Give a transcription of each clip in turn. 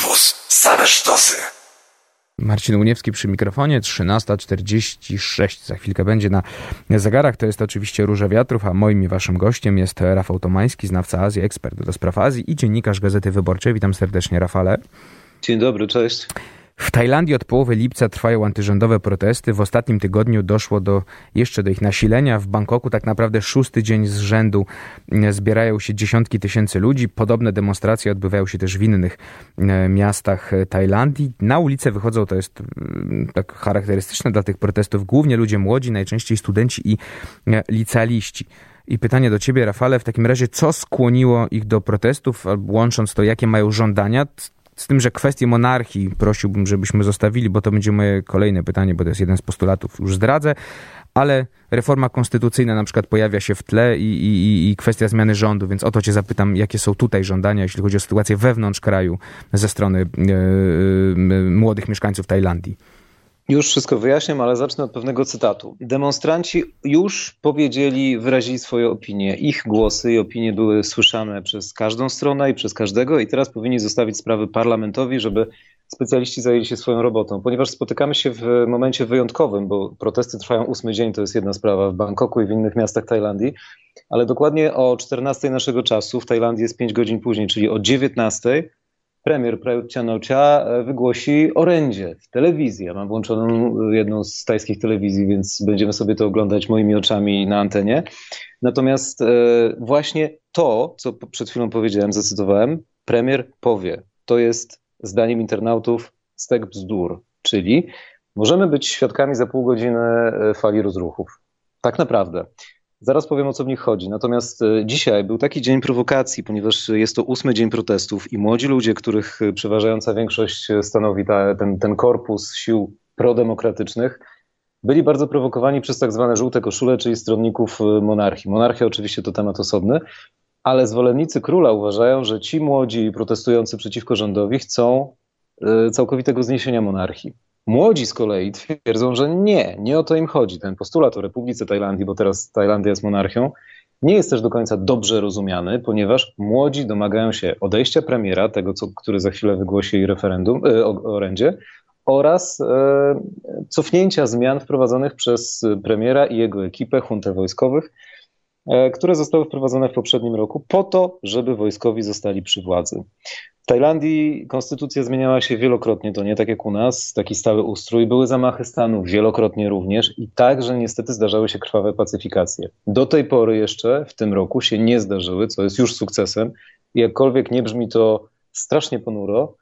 Campus. Same sztosy. Marcin Uniewski przy mikrofonie, 13:46. Za chwilkę będzie na zegarach. To jest oczywiście Róża Wiatrów, a moim i waszym gościem jest Rafał Tomański, znawca Azji, ekspert do spraw Azji i dziennikarz Gazety Wyborczej. Witam serdecznie, Rafale. Dzień dobry, cześć. W Tajlandii od połowy lipca trwają antyrządowe protesty. W ostatnim tygodniu doszło jeszcze do ich nasilenia. W Bangkoku tak naprawdę 6. dzień z rzędu zbierają się dziesiątki tysięcy ludzi. Podobne demonstracje odbywają się też w innych miastach Tajlandii. Na ulicę wychodzą, to jest tak charakterystyczne dla tych protestów, głównie ludzie młodzi, najczęściej studenci i licealiści. I pytanie do ciebie, Rafale, w takim razie, co skłoniło ich do protestów, łącząc to, jakie mają żądania? Z tym, że kwestię monarchii prosiłbym, żebyśmy zostawili, bo to będzie moje kolejne pytanie, bo to jest jeden z postulatów, już zdradzę, ale reforma konstytucyjna na przykład pojawia się w tle i kwestia zmiany rządu, więc o to cię zapytam, jakie są tutaj żądania, jeśli chodzi o sytuację wewnątrz kraju ze strony młodych mieszkańców Tajlandii. Już wszystko wyjaśniam, ale zacznę od pewnego cytatu. Demonstranci już wyrazili swoje opinie. Ich głosy i opinie były słyszane przez każdą stronę i przez każdego i teraz powinni zostawić sprawy parlamentowi, żeby specjaliści zajęli się swoją robotą. Ponieważ spotykamy się w momencie wyjątkowym, bo protesty trwają 8 dzień, to jest jedna sprawa w Bangkoku i w innych miastach Tajlandii, ale dokładnie o 14 naszego czasu, w Tajlandii jest 5 godzin później, czyli o 19 premier Prayut Chan-o-cha wygłosi orędzie w telewizji. Ja mam włączoną jedną z tajskich telewizji, więc będziemy sobie to oglądać moimi oczami na antenie. Natomiast właśnie to, co przed chwilą powiedziałem, zacytowałem, premier powie. To jest, zdaniem internautów, stek bzdur. Czyli możemy być świadkami za pół godziny fali rozruchów. Tak naprawdę. Zaraz powiem, o co w nich chodzi. Natomiast dzisiaj był taki dzień prowokacji, ponieważ jest to 8 dzień protestów i młodzi ludzie, których przeważająca większość stanowi ten korpus sił prodemokratycznych, byli bardzo prowokowani przez tak zwane żółte koszule, czyli stronników monarchii. Monarchia oczywiście to temat osobny, ale zwolennicy króla uważają, że ci młodzi protestujący przeciwko rządowi chcą całkowitego zniesienia monarchii. Młodzi z kolei twierdzą, że nie o to im chodzi. Ten postulat o Republice Tajlandii, bo teraz Tajlandia jest monarchią, nie jest też do końca dobrze rozumiany, ponieważ młodzi domagają się odejścia premiera, który za chwilę wygłosi referendum, orędzie, oraz cofnięcia zmian wprowadzonych przez premiera i jego ekipę, juntę wojskowych, które zostały wprowadzone w poprzednim roku po to, żeby wojskowi zostali przy władzy. W Tajlandii konstytucja zmieniała się wielokrotnie, to nie tak jak u nas, taki stały ustrój. Były zamachy stanu wielokrotnie również i także niestety zdarzały się krwawe pacyfikacje. Do tej pory jeszcze w tym roku się nie zdarzyły, co jest już sukcesem. I jakkolwiek nie brzmi to strasznie ponuro,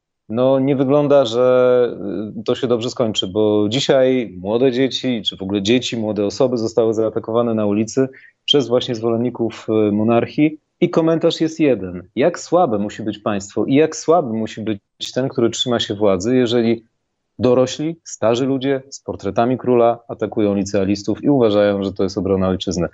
no nie wygląda, że to się dobrze skończy, bo dzisiaj młode dzieci, czy w ogóle dzieci, młode osoby zostały zaatakowane na ulicy przez właśnie zwolenników monarchii i komentarz jest jeden. Jak słabe musi być państwo i jak słaby musi być ten, który trzyma się władzy, jeżeli dorośli, starzy ludzie z portretami króla atakują licealistów i uważają, że to jest obrona ojczyzny.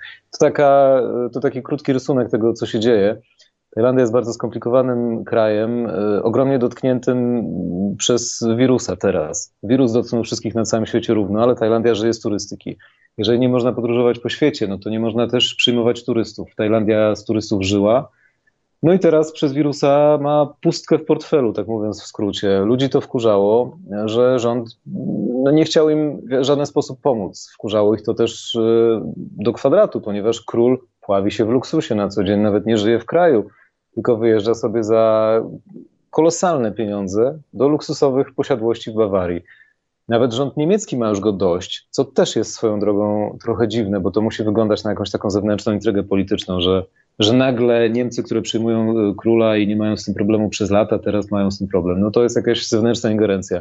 To taki krótki rysunek tego, co się dzieje. Tajlandia jest bardzo skomplikowanym krajem, ogromnie dotkniętym przez wirusa teraz. Wirus dotknął wszystkich na całym świecie równo, ale Tajlandia żyje z turystyki. Jeżeli nie można podróżować po świecie, no to nie można też przyjmować turystów. Tajlandia z turystów żyła. No i teraz przez wirusa ma pustkę w portfelu, tak mówiąc w skrócie. Ludzi to wkurzało, że rząd nie chciał im w żaden sposób pomóc. Wkurzało ich to też do kwadratu, ponieważ król pławi się w luksusie na co dzień, nawet nie żyje w kraju, tylko wyjeżdża sobie za kolosalne pieniądze do luksusowych posiadłości w Bawarii. Nawet rząd niemiecki ma już go dość, co też jest swoją drogą trochę dziwne, bo to musi wyglądać na jakąś taką zewnętrzną intrygę polityczną, że nagle Niemcy, które przyjmują króla i nie mają z tym problemu przez lata, teraz mają z tym problem. No to jest jakaś zewnętrzna ingerencja.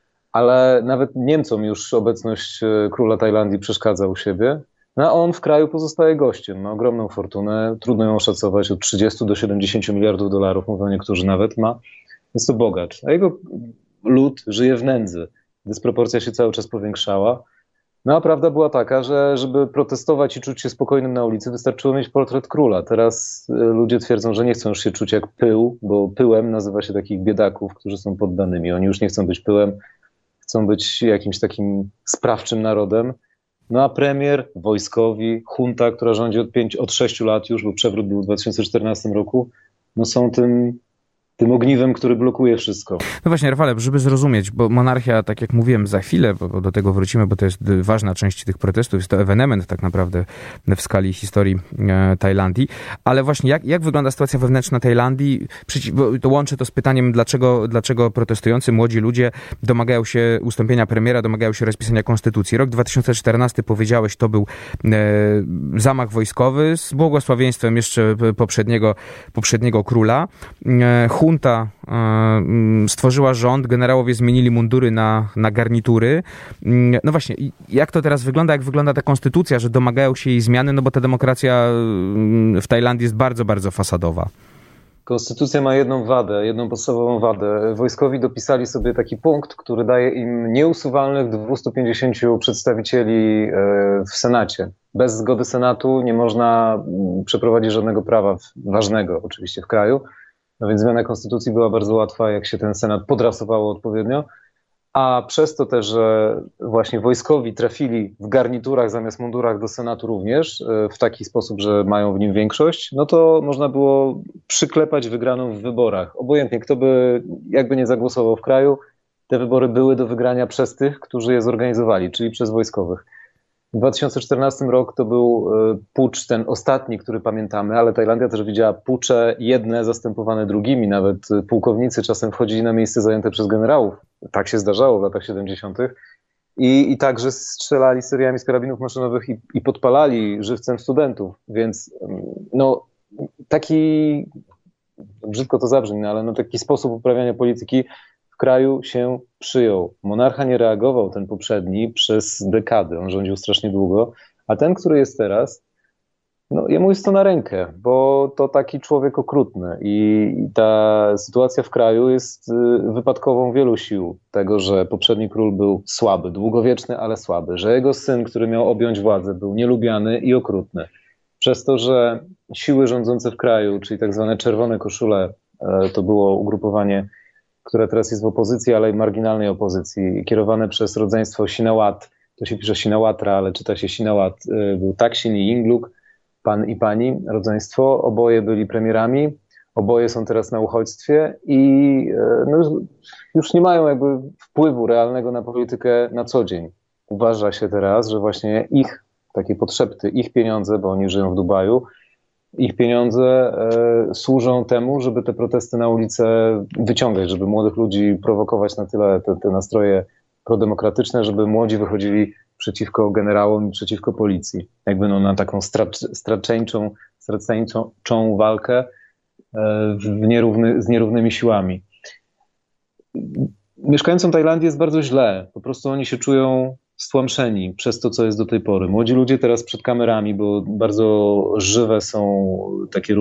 Ale nawet Niemcom już obecność króla Tajlandii przeszkadza u siebie. No a on w kraju pozostaje gościem, ma ogromną fortunę, trudno ją oszacować, od 30 do 70 miliardów dolarów, mówią niektórzy nawet ma. Jest to bogacz, a jego lud żyje w nędzy. Dysproporcja się cały czas powiększała. No a prawda była taka, że żeby protestować i czuć się spokojnym na ulicy, wystarczyło mieć portret króla. Teraz ludzie twierdzą, że nie chcą już się czuć jak pył, bo pyłem nazywa się takich biedaków, którzy są poddanymi. Oni już nie chcą być pyłem, chcą być jakimś takim sprawczym narodem. No a premier, wojskowi, junta, która rządzi od 6 lat już, bo przewrót był w 2014 roku, no są tym tym ogniwem, który blokuje wszystko. No właśnie, Rafale, żeby zrozumieć, bo monarchia, tak jak mówiłem za chwilę, bo do tego wrócimy, bo to jest ważna część tych protestów, jest to ewenement tak naprawdę w skali historii Tajlandii, ale właśnie jak wygląda sytuacja wewnętrzna Tajlandii? Bo to łączę to z pytaniem, dlaczego protestujący młodzi ludzie domagają się ustąpienia premiera, domagają się rozpisania konstytucji. Rok 2014, powiedziałeś, to był zamach wojskowy z błogosławieństwem jeszcze poprzedniego króla. Junta stworzyła rząd, generałowie zmienili mundury na garnitury. No właśnie, jak to teraz wygląda? Jak wygląda ta konstytucja, że domagają się jej zmiany? No bo ta demokracja w Tajlandii jest bardzo, bardzo fasadowa. Konstytucja ma jedną podstawową wadę. Wojskowi dopisali sobie taki punkt, który daje im nieusuwalnych 250 przedstawicieli w Senacie. Bez zgody Senatu nie można przeprowadzić żadnego prawa ważnego oczywiście w kraju. No więc zmiana konstytucji była bardzo łatwa, jak się ten Senat podrasowało odpowiednio. A przez to też, że właśnie wojskowi trafili w garniturach zamiast mundurach do Senatu również, w taki sposób, że mają w nim większość, no to można było przyklepać wygraną w wyborach. Obojętnie, kto by jakby nie zagłosował w kraju, te wybory były do wygrania przez tych, którzy je zorganizowali, czyli przez wojskowych. W 2014 roku to był pucz ten ostatni, który pamiętamy, ale Tajlandia też widziała pucze jedne zastępowane drugimi. Nawet pułkownicy czasem wchodzili na miejsce zajęte przez generałów. Tak się zdarzało w latach 70. I także strzelali seriami z karabinów maszynowych i podpalali żywcem studentów. Więc no, taki, brzydko to zabrzmi, ale no, taki sposób uprawiania polityki w kraju się przyjął. Monarcha nie reagował, ten poprzedni, przez dekady. On rządził strasznie długo, a ten, który jest teraz, no jemu jest to na rękę, bo to taki człowiek okrutny i ta sytuacja w kraju jest wypadkową wielu sił. Tego, że poprzedni król był słaby, długowieczny, ale słaby, że jego syn, który miał objąć władzę, był nielubiany i okrutny. Przez to, że siły rządzące w kraju, czyli tak zwane czerwone koszule, to było ugrupowanie, które teraz jest w opozycji, ale i marginalnej opozycji, kierowane przez rodzeństwo Sinawat, to się pisze Sinawatra, ale czyta się Sinawat, był Thaksin i Yingluck, pan i pani, rodzeństwo, oboje byli premierami, oboje są teraz na uchodźstwie i no, już nie mają jakby wpływu realnego na politykę na co dzień. Uważa się teraz, że właśnie ich takie podszepty, ich pieniądze, bo oni żyją w Dubaju, ich pieniądze służą temu, żeby te protesty na ulicę wyciągać, żeby młodych ludzi prowokować na tyle te nastroje prodemokratyczne, żeby młodzi wychodzili przeciwko generałom i przeciwko policji. Jakby no na taką straceńczą walkę z nierównymi siłami. Mieszkańcom Tajlandii jest bardzo źle. Po prostu oni się czują stłamszeni przez to, co jest do tej pory. Młodzi ludzie teraz przed kamerami, bo bardzo żywe są takie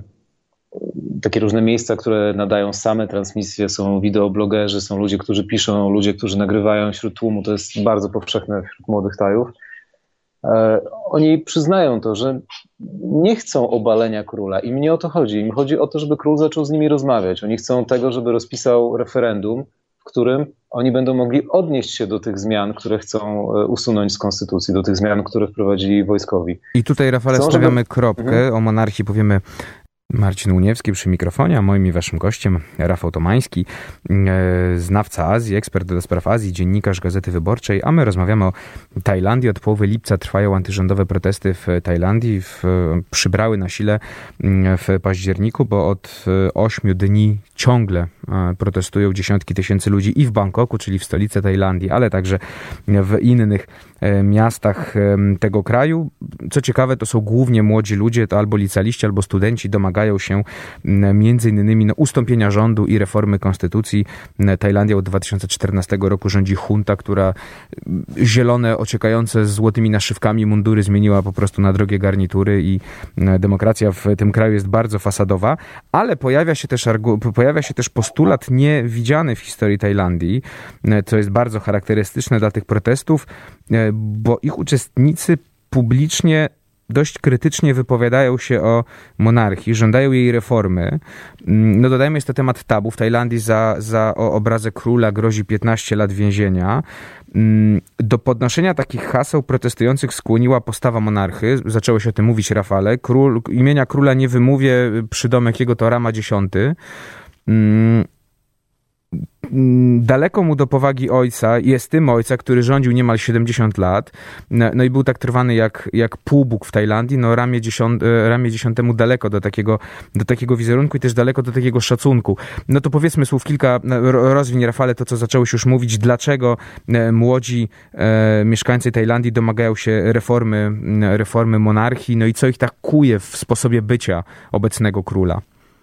różne miejsca, które nadają same transmisje, są wideoblogerzy, są ludzie, którzy piszą, ludzie, którzy nagrywają wśród tłumu, to jest bardzo powszechne wśród młodych Tajów. Oni przyznają to, że nie chcą obalenia króla. Im nie o to chodzi. Im chodzi o to, żeby król zaczął z nimi rozmawiać. Oni chcą tego, żeby rozpisał referendum, w którym oni będą mogli odnieść się do tych zmian, które chcą usunąć z konstytucji, do tych zmian, które wprowadzili wojskowi. I tutaj, Rafale, stawiamy kropkę. O monarchii powiemy. Marcin Łuniewski przy mikrofonie, a moim i waszym gościem Rafał Tomański, znawca Azji, ekspert do spraw Azji, dziennikarz Gazety Wyborczej, a my rozmawiamy o Tajlandii. Od połowy lipca trwają antyrządowe protesty w Tajlandii. Przybrały na sile w październiku, bo od 8 dni ciągle protestują dziesiątki tysięcy ludzi i w Bangkoku, czyli w stolicy Tajlandii, ale także w innych miastach tego kraju. Co ciekawe, to są głównie młodzi ludzie, to albo licealiści, albo studenci, domagają się między innymi ustąpienia rządu i reformy konstytucji. Tajlandia od 2014 roku rządzi junta, która zielone, ociekające złotymi naszywkami mundury zmieniła po prostu na drogie garnitury i demokracja w tym kraju jest bardzo fasadowa, ale pojawia się też postulat niewidziany w historii Tajlandii, co jest bardzo charakterystyczne dla tych protestów, bo ich uczestnicy publicznie dość krytycznie wypowiadają się o monarchii, żądają jej reformy. No dodajmy, jest to temat tabu. W Tajlandii za obrazę króla grozi 15 lat więzienia. Do podnoszenia takich haseł protestujących skłoniła postawa monarchy. Zaczęło się o tym mówić, Rafale. Imienia króla nie wymówię, przydomek jego to Rama X. Daleko mu do powagi ojca i estym ojca, który rządził niemal 70 lat, no i był tak trwany jak półbóg w Tajlandii, no ramię dziesiątemu daleko do takiego wizerunku i też daleko do takiego szacunku. No to powiedzmy słów kilka, rozwiń, Rafale, to co zacząłeś już mówić, dlaczego młodzi mieszkańcy Tajlandii domagają się reformy monarchii, no i co ich tak kuje w sposobie bycia obecnego króla.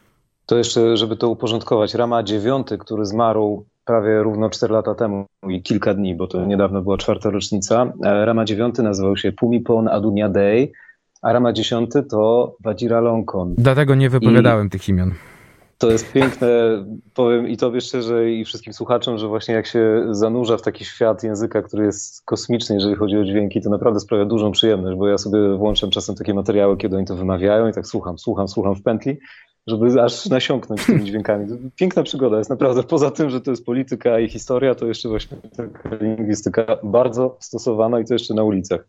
To jeszcze, żeby to uporządkować, Rama IX, który zmarł prawie równo 4 lata temu i kilka dni, bo to niedawno była 4. rocznica, Rama IX nazywał się Phumipol Adunyaday, a Rama X to Vajiralongkorn. Dlatego nie wypowiadałem tych imion. To jest piękne, powiem i tobie szczerze i wszystkim słuchaczom, że właśnie jak się zanurza w taki świat języka, który jest kosmiczny, jeżeli chodzi o dźwięki, to naprawdę sprawia dużą przyjemność, bo ja sobie włączam czasem takie materiały, kiedy oni to wymawiają i tak słucham w pętli, żeby aż nasiąknąć tymi dźwiękami. Piękna przygoda jest naprawdę. Poza tym, że to jest polityka i historia, to jeszcze właśnie taka lingwistyka bardzo stosowana i to jeszcze na ulicach.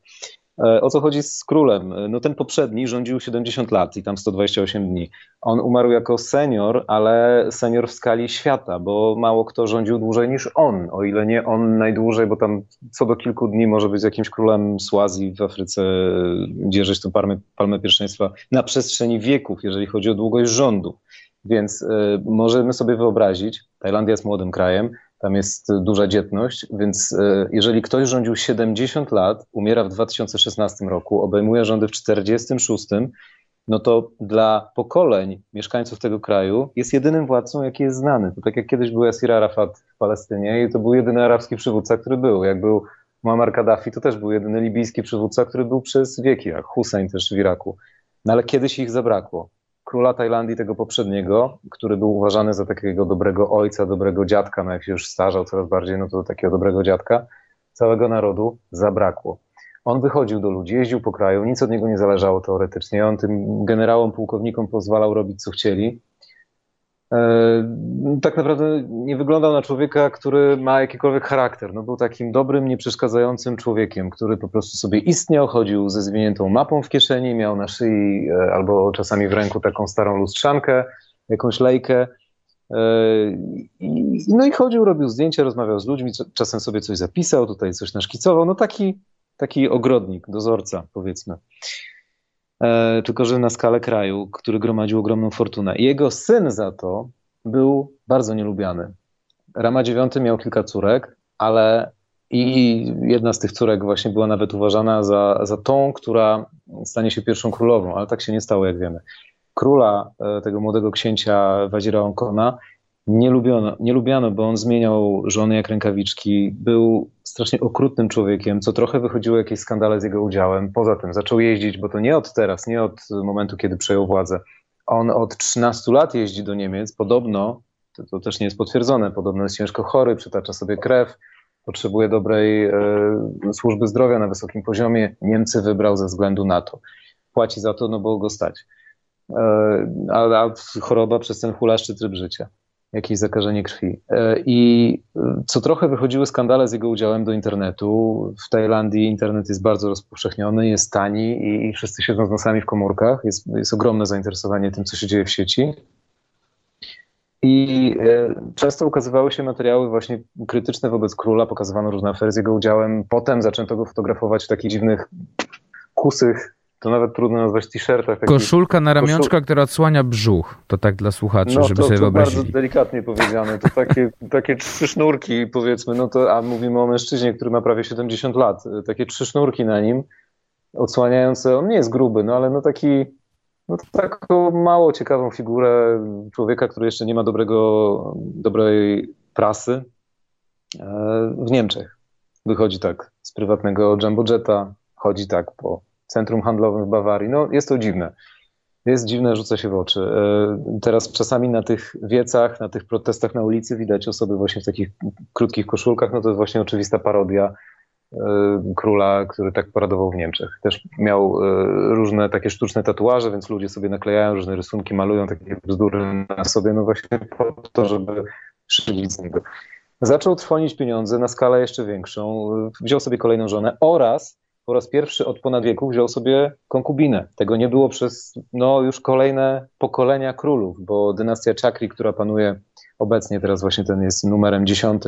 O co chodzi z królem? No ten poprzedni rządził 70 lat i tam 128 dni. On umarł jako senior, ale senior w skali świata, bo mało kto rządził dłużej niż on, o ile nie on najdłużej, bo tam co do kilku dni może być jakimś królem Słazji w Afryce, dzierżyć tę palmę pierwszeństwa na przestrzeni wieków, jeżeli chodzi o długość rządu. Więc możemy sobie wyobrazić, Tajlandia jest młodym krajem, tam jest duża dzietność, więc jeżeli ktoś rządził 70 lat, umiera w 2016 roku, obejmuje rządy w 46, no to dla pokoleń mieszkańców tego kraju jest jedynym władcą, jaki jest znany. To tak jak kiedyś był Yasir Arafat w Palestynie i to był jedyny arabski przywódca, który był. Jak był Muammar Kaddafi, to też był jedyny libijski przywódca, który był przez wieki, jak Hussein też w Iraku. No ale kiedyś ich zabrakło. Króla Tajlandii, tego poprzedniego, który był uważany za takiego dobrego ojca, dobrego dziadka, no jak się już starzał coraz bardziej, no to takiego dobrego dziadka, całego narodu zabrakło. On wychodził do ludzi, jeździł po kraju, nic od niego nie zależało teoretycznie, on tym generałom, pułkownikom pozwalał robić co chcieli. Tak naprawdę nie wyglądał na człowieka, który ma jakikolwiek charakter. No, był takim dobrym, nieprzeszkadzającym człowiekiem, który po prostu sobie istniał, chodził ze zwiniętą mapą w kieszeni, miał na szyi albo czasami w ręku taką starą lustrzankę, jakąś lejkę. No i chodził, robił zdjęcia, rozmawiał z ludźmi, czasem sobie coś zapisał, tutaj coś naszkicował. No taki ogrodnik, dozorca powiedzmy. Tylko że na skalę kraju, który gromadził ogromną fortunę. Jego syn za to był bardzo nielubiany. Rama IX miał kilka córek, ale i jedna z tych córek właśnie była nawet uważana za tą, która stanie się pierwszą królową, ale tak się nie stało, jak wiemy. Króla, tego młodego księcia Vajiralongkorna, nie lubiano, bo on zmieniał żony jak rękawiczki, był strasznie okrutnym człowiekiem, co trochę wychodziło jakieś skandale z jego udziałem. Poza tym zaczął jeździć, bo to nie od teraz, nie od momentu, kiedy przejął władzę. On od 13 lat jeździ do Niemiec, podobno, to też nie jest potwierdzone, podobno jest ciężko chory, przytacza sobie krew, potrzebuje dobrej służby zdrowia na wysokim poziomie. Niemcy wybrał ze względu na to. Płaci za to, no bo go stać. A choroba przez ten hulaszczy tryb życia. Jakieś zakażenie krwi. I co trochę wychodziły skandale z jego udziałem do internetu. W Tajlandii internet jest bardzo rozpowszechniony, jest tani i wszyscy siedzą z nosami w komórkach. Jest ogromne zainteresowanie tym, co się dzieje w sieci. I często ukazywały się materiały właśnie krytyczne wobec króla, pokazywano różne afery z jego udziałem. Potem zaczęto go fotografować w takich dziwnych, kusych, to nawet trudno nazwać t-shirtach. Koszulka na ramionczka, która odsłania brzuch. To tak dla słuchaczy, żeby sobie wyobrazili. No to bardzo delikatnie powiedziane. To takie 3 sznurki powiedzmy, no to, a mówimy o mężczyźnie, który ma prawie 70 lat. Takie 3 sznurki na nim odsłaniające, on nie jest gruby, no ale taką mało ciekawą figurę człowieka, który jeszcze nie ma dobrej prasy w Niemczech. Wychodzi tak z prywatnego jumbojeta, chodzi tak po centrum handlowym w Bawarii. No jest to dziwne. Jest dziwne, rzuca się w oczy. Teraz czasami na tych wiecach, na tych protestach na ulicy widać osoby właśnie w takich krótkich koszulkach. No to jest właśnie oczywista parodia króla, który tak paradował w Niemczech. Też miał różne takie sztuczne tatuaże, więc ludzie sobie naklejają różne rysunki, malują takie bzdury na sobie, no właśnie po to, żeby szydzić z niego. Zaczął trwonić pieniądze na skalę jeszcze większą, wziął sobie kolejną żonę oraz po raz pierwszy od ponad wieku wziął sobie konkubinę. Tego nie było przez już kolejne pokolenia królów, bo dynastia Chakri, która panuje obecnie, teraz właśnie ten jest numerem 10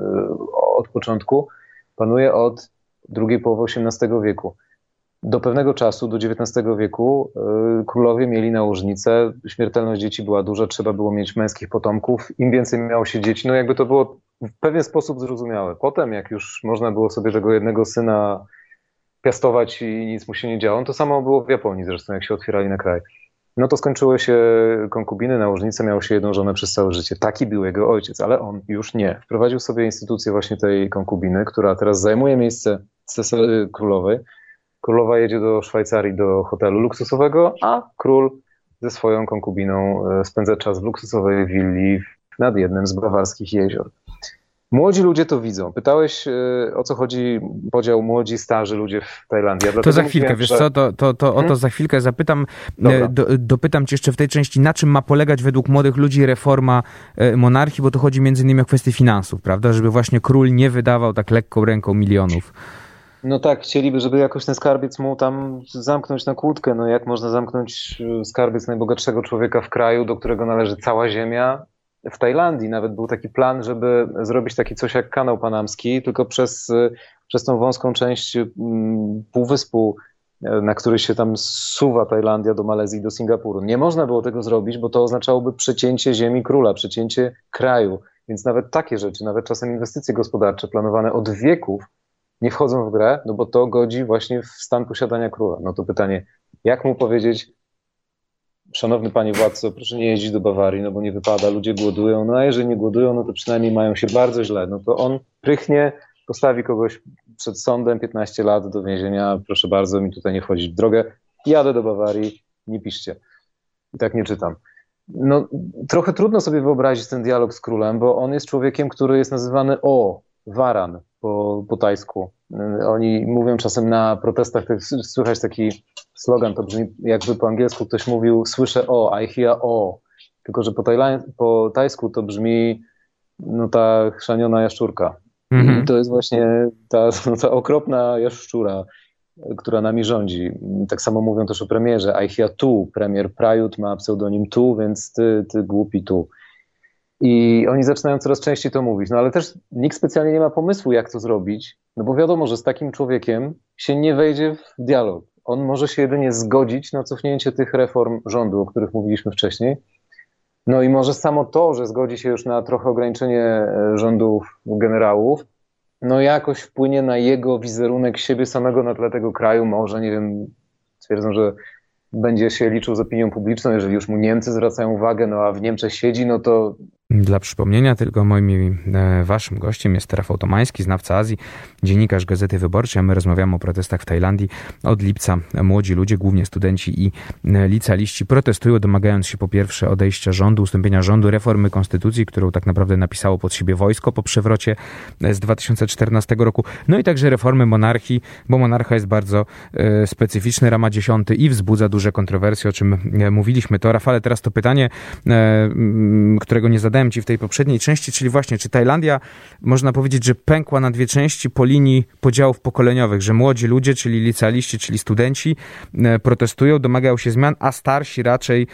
od początku, panuje od drugiej połowy XVIII wieku. Do pewnego czasu, do XIX wieku, królowie mieli nałożnicę, śmiertelność dzieci była duża, trzeba było mieć męskich potomków, im więcej miało się dzieci, jakby to było w pewien sposób zrozumiałe. Potem, jak już można było sobie tego jednego syna piastować i nic mu się nie działo, to samo było w Japonii zresztą, jak się otwierali na kraj. To skończyły się konkubiny, nałożnice, miało się jedną żonę przez całe życie. Taki był jego ojciec, ale on już nie. Wprowadził sobie instytucję właśnie tej konkubiny, która teraz zajmuje miejsce królowej. Królowa jedzie do Szwajcarii, do hotelu luksusowego, a król ze swoją konkubiną spędza czas w luksusowej willi nad jednym z bawarskich jezior. Młodzi ludzie to widzą. Pytałeś, o co chodzi podział młodzi, starzy ludzie w Tajlandii. To za chwilkę, wiesz co, o to za chwilkę zapytam. Dopytam cię jeszcze w tej części, na czym ma polegać według młodych ludzi reforma monarchii, bo to chodzi między innymi o kwestię finansów, prawda? Żeby właśnie król nie wydawał tak lekką ręką milionów. Tak, chcieliby, żeby jakoś ten skarbiec mu tam zamknąć na kłódkę. Jak można zamknąć skarbiec najbogatszego człowieka w kraju, do którego należy cała ziemia? W Tajlandii nawet był taki plan, żeby zrobić taki coś jak kanał panamski, tylko przez tą wąską część półwyspu, na który się tam zsuwa Tajlandia do Malezji, do Singapuru. Nie można było tego zrobić, bo to oznaczałoby przecięcie ziemi króla, przecięcie kraju. Więc nawet takie rzeczy, nawet czasem inwestycje gospodarcze planowane od wieków nie wchodzą w grę, bo to godzi właśnie w stan posiadania króla. To pytanie, jak mu powiedzieć: szanowny panie władco, proszę nie jeździć do Bawarii, bo nie wypada, ludzie głodują, a jeżeli nie głodują, to przynajmniej mają się bardzo źle. To on prychnie, postawi kogoś przed sądem, 15 lat do więzienia, proszę bardzo, mi tutaj nie wchodzić w drogę, jadę do Bawarii, nie piszcie. I tak nie czytam. Trochę trudno sobie wyobrazić ten dialog z królem, bo on jest człowiekiem, który jest nazywany Waran po tajsku. Oni mówią czasem na protestach, słychać taki slogan, to brzmi jakby po angielsku ktoś mówił: słyszę I hear tylko że po tajsku to brzmi ta chrzaniona jaszczurka. I to jest właśnie ta okropna jaszczura, która nami rządzi. Tak samo mówią też o premierze. I hear tu. Premier Prayut ma pseudonim tu, więc ty głupi tu. I oni zaczynają coraz częściej to mówić. Ale też nikt specjalnie nie ma pomysłu, jak to zrobić, bo wiadomo, że z takim człowiekiem się nie wejdzie w dialog. On może się jedynie zgodzić na cofnięcie tych reform rządu, o których mówiliśmy wcześniej. I może samo to, że zgodzi się już na trochę ograniczenie rządów generałów, jakoś wpłynie na jego wizerunek siebie samego na tle tego kraju. Może, nie wiem, twierdzą, że będzie się liczył z opinią publiczną, jeżeli już mu Niemcy zwracają uwagę, a w Niemczech siedzi, to... Dla przypomnienia tylko waszym gościem jest Rafał Tomański, znawca Azji, dziennikarz Gazety Wyborczej, a my rozmawiamy o protestach w Tajlandii. Od lipca młodzi ludzie, głównie studenci i licealiści, protestują, domagając się po pierwsze odejścia rządu, ustąpienia rządu, reformy konstytucji, którą tak naprawdę napisało pod siebie wojsko po przewrocie z 2014 roku, i także reformy monarchii, bo monarcha jest bardzo specyficzny, Rama X i wzbudza duże kontrowersje, o czym mówiliśmy. To, Rafale, teraz to pytanie, którego nie zadałem ci w tej poprzedniej części, czyli właśnie, czy Tajlandia, można powiedzieć, że pękła na dwie części po linii podziałów pokoleniowych, że młodzi ludzie, czyli licealiści, czyli studenci protestują, domagają się zmian, a starsi raczej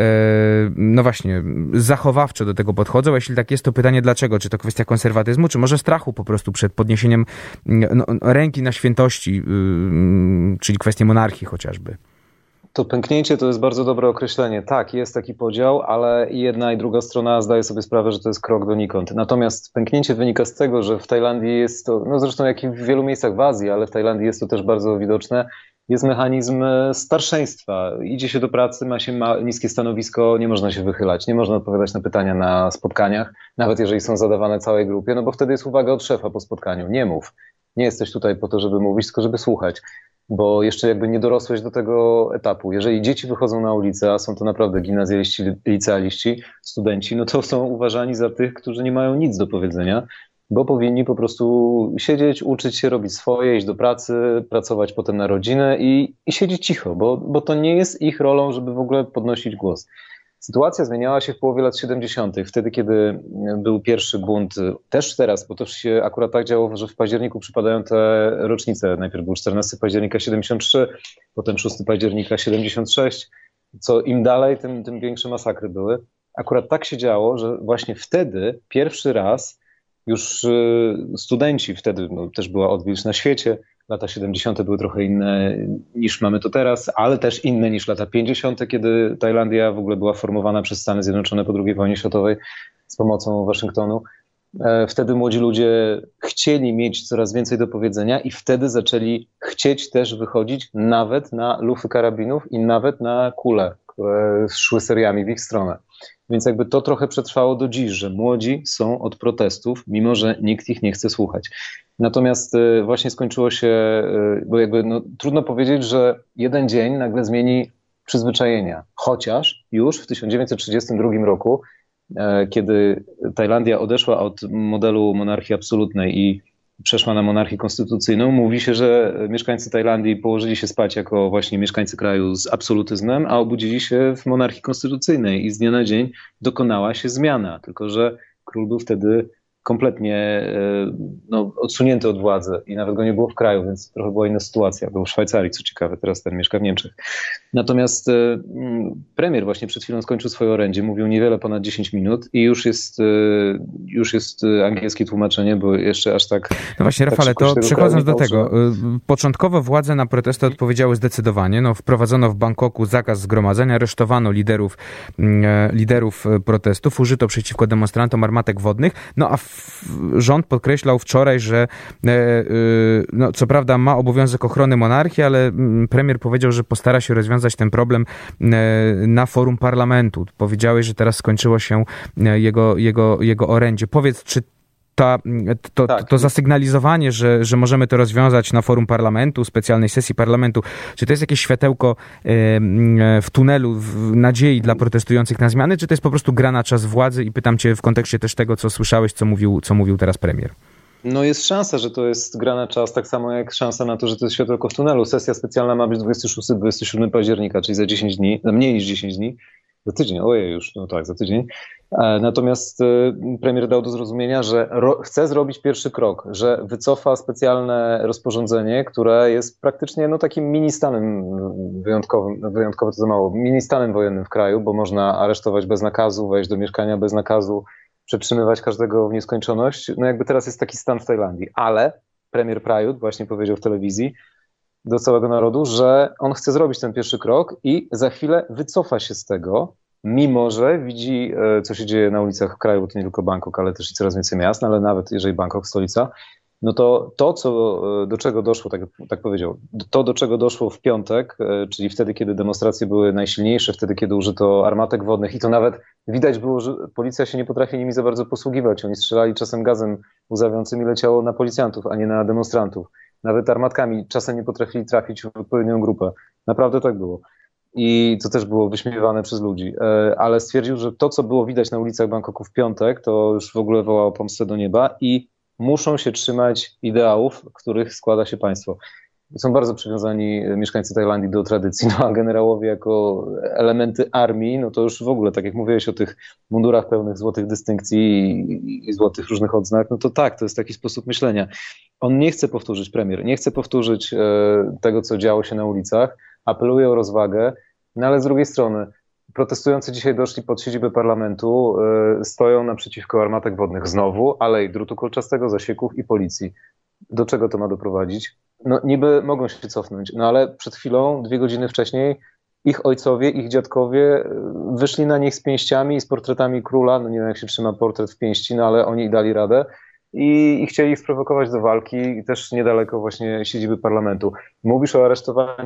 zachowawczo do tego podchodzą. A jeśli tak jest, to pytanie dlaczego? Czy to kwestia konserwatyzmu, czy może strachu po prostu przed podniesieniem ręki na świętości, czyli kwestię monarchii chociażby? To pęknięcie to jest bardzo dobre określenie. Tak, jest taki podział, ale i jedna i druga strona zdaje sobie sprawę, że to jest krok donikąd. Natomiast pęknięcie wynika z tego, że w Tajlandii jest to, zresztą jak i w wielu miejscach w Azji, ale w Tajlandii jest to też bardzo widoczne, jest mechanizm starszeństwa. Idzie się do pracy, ma się niskie stanowisko, nie można się wychylać, nie można odpowiadać na pytania na spotkaniach, nawet jeżeli są zadawane całej grupie, bo wtedy jest uwaga od szefa po spotkaniu. Nie mów. Nie jesteś tutaj po to, żeby mówić, tylko żeby słuchać. Bo jeszcze jakby nie dorosłeś do tego etapu. Jeżeli dzieci wychodzą na ulicę, a są to naprawdę gimnazjaliści, licealiści, studenci, to są uważani za tych, którzy nie mają nic do powiedzenia, bo powinni po prostu siedzieć, uczyć się, robić swoje, iść do pracy, pracować potem na rodzinę i siedzieć cicho, bo to nie jest ich rolą, żeby w ogóle podnosić głos. Sytuacja zmieniała się w połowie lat 70., wtedy kiedy był pierwszy bunt, też teraz, bo to się akurat tak działo, że w październiku przypadają te rocznice. Najpierw był 14 października 73, potem 6 października 76. Co im dalej, tym większe masakry były. Akurat tak się działo, że właśnie wtedy pierwszy raz już studenci, wtedy też była odwilż na świecie, lata 70. były trochę inne niż mamy to teraz, ale też inne niż lata 50., kiedy Tajlandia w ogóle była formowana przez Stany Zjednoczone po II wojnie światowej z pomocą Waszyngtonu. Wtedy młodzi ludzie chcieli mieć coraz więcej do powiedzenia i wtedy zaczęli chcieć też wychodzić nawet na lufy karabinów i nawet na kule, które szły seriami w ich stronę. Więc jakby to trochę przetrwało do dziś, że młodzi są od protestów, mimo że nikt ich nie chce słuchać. Natomiast właśnie skończyło się, bo jakby trudno powiedzieć, że jeden dzień nagle zmieni przyzwyczajenia. Chociaż już w 1932 roku, kiedy Tajlandia odeszła od modelu monarchii absolutnej i przeszła na monarchię konstytucyjną, mówi się, że mieszkańcy Tajlandii położyli się spać jako właśnie mieszkańcy kraju z absolutyzmem, a obudzili się w monarchii konstytucyjnej i z dnia na dzień dokonała się zmiana. Tylko że król był wtedy kompletnie odsunięty od władzy i nawet go nie było w kraju, więc trochę była inna sytuacja. Był w Szwajcarii, co ciekawe, teraz ten mieszka w Niemczech. Natomiast premier właśnie przed chwilą skończył swoje orędzie, mówił niewiele ponad 10 minut i już jest angielskie tłumaczenie, bo jeszcze aż tak... No właśnie, Rafale, to przechodząc do tego, początkowo władze na protesty odpowiedziały zdecydowanie. Wprowadzono w Bangkoku zakaz zgromadzenia, aresztowano liderów protestów, użyto przeciwko demonstrantom armatek wodnych, a rząd podkreślał wczoraj, że co prawda ma obowiązek ochrony monarchii, ale premier powiedział, że postara się rozwiązać ten problem na forum parlamentu. Powiedziałeś, że teraz skończyło się jego orędzie. Powiedz, czy to zasygnalizowanie, że możemy to rozwiązać na forum parlamentu, specjalnej sesji parlamentu, czy to jest jakieś światełko w tunelu nadziei dla protestujących na zmiany, czy to jest po prostu gra na czas władzy? I pytam cię w kontekście też tego, co słyszałeś, co mówił teraz premier. Jest szansa, że to jest gra na czas, tak samo jak szansa na to, że to jest światełko w tunelu. Sesja specjalna ma być 26-27 października, czyli za 10 dni, mniej niż 10 dni. Za tydzień, za tydzień. Natomiast premier dał do zrozumienia, że chce zrobić pierwszy krok, że wycofa specjalne rozporządzenie, które jest praktycznie takim mini-stanem wyjątkowo to za mało, mini-stanem wojennym w kraju, bo można aresztować bez nakazu, wejść do mieszkania bez nakazu, przetrzymywać każdego w nieskończoność. Jakby teraz jest taki stan w Tajlandii, ale premier Prayut właśnie powiedział w telewizji do całego narodu, że on chce zrobić ten pierwszy krok i za chwilę wycofa się z tego, mimo że widzi, co się dzieje na ulicach kraju, bo to nie tylko Bangkok, ale też i coraz więcej miast, ale nawet jeżeli Bangkok, stolica, do czego doszło, tak powiedział, do czego doszło w piątek, czyli wtedy, kiedy demonstracje były najsilniejsze, wtedy, kiedy użyto armatek wodnych i to nawet widać było, że policja się nie potrafi nimi za bardzo posługiwać. Oni strzelali czasem gazem łzawiącym i leciało na policjantów, a nie na demonstrantów. Nawet armatkami czasem nie potrafili trafić w odpowiednią grupę. Naprawdę tak było. I to też było wyśmiewane przez ludzi. Ale stwierdził, że to, co było widać na ulicach Bangkoku w piątek, to już w ogóle wołało pomstę do nieba i muszą się trzymać ideałów, których składa się państwo. Są bardzo przywiązani mieszkańcy Tajlandii do tradycji, a generałowie jako elementy armii, to już w ogóle, tak jak mówiłeś o tych mundurach pełnych złotych dystynkcji i złotych różnych odznak, to jest taki sposób myślenia. On nie chce powtórzyć, premier, nie chce powtórzyć tego, co działo się na ulicach, apeluje o rozwagę, ale z drugiej strony protestujący dzisiaj doszli pod siedzibę parlamentu, stoją naprzeciwko armatek wodnych znowu, ale i drutu kolczastego, zasieków i policji. Do czego to ma doprowadzić? Niby mogą się cofnąć, ale przed chwilą, 2 godziny wcześniej, ich ojcowie, ich dziadkowie wyszli na nich z pięściami i z portretami króla. Nie wiem, jak się trzyma portret w pięści, ale oni dali radę i chcieli ich sprowokować do walki i też niedaleko właśnie siedziby parlamentu. Mówisz o aresztowaniu.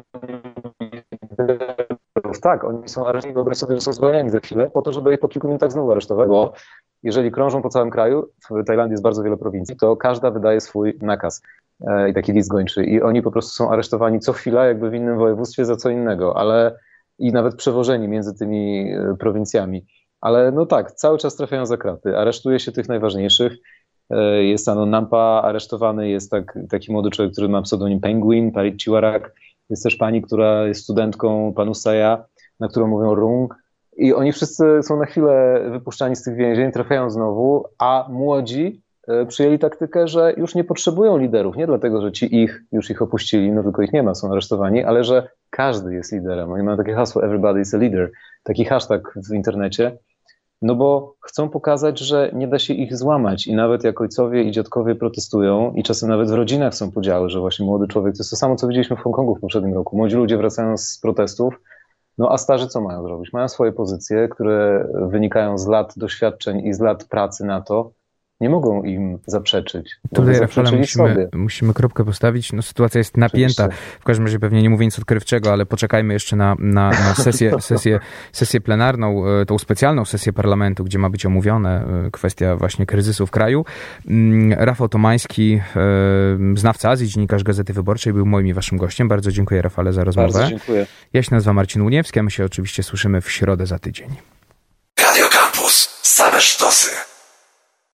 Tak, oni są aresztowani, wyobraź sobie, że są zwolnieni za chwilę po to, żeby ich po kilku minutach znowu aresztować, bo jeżeli krążą po całym kraju, w Tajlandii jest bardzo wiele prowincji, to każda wydaje swój nakaz i taki list gończy i oni po prostu są aresztowani co chwila, jakby w innym województwie za co innego, i nawet przewożeni między tymi prowincjami. Ale cały czas trafiają za kraty. Aresztuje się tych najważniejszych. Jest Nampa aresztowany, jest taki młody człowiek, który ma pseudonim Penguin, Parit Chiwarak. Jest też pani, która jest studentką Panu Saya, na którą mówią Rung. I oni wszyscy są na chwilę wypuszczani z tych więzień, trafiają znowu, a młodzi przyjęli taktykę, że już nie potrzebują liderów. Nie dlatego, że ci już ich opuścili, no tylko ich nie ma, są aresztowani, ale że każdy jest liderem. Oni mają takie hasło "Everybody is a leader", taki hashtag w internecie, no bo chcą pokazać, że nie da się ich złamać i nawet jak ojcowie i dziadkowie protestują i czasem nawet w rodzinach są podziały, że właśnie młody człowiek, to jest to samo, co widzieliśmy w Hongkongu w poprzednim roku. Młodzi ludzie wracają z protestów, no a starzy co mają zrobić? Mają swoje pozycje, które wynikają z lat doświadczeń i z lat pracy na to. Nie mogą im zaprzeczyć. Tutaj, Rafale, musimy kropkę postawić. No, sytuacja jest napięta. Oczywiście. W każdym razie pewnie nie mówię nic odkrywczego, ale poczekajmy jeszcze na sesję plenarną, tą specjalną sesję parlamentu, gdzie ma być omówiona kwestia właśnie kryzysu w kraju. Rafał Tomański, znawca Azji, dziennikarz Gazety Wyborczej, był moim i waszym gościem. Bardzo dziękuję, Rafale, za rozmowę. Bardzo dziękuję. Ja się nazywam Marcin Łuniewski, a my się oczywiście słyszymy w środę za tydzień.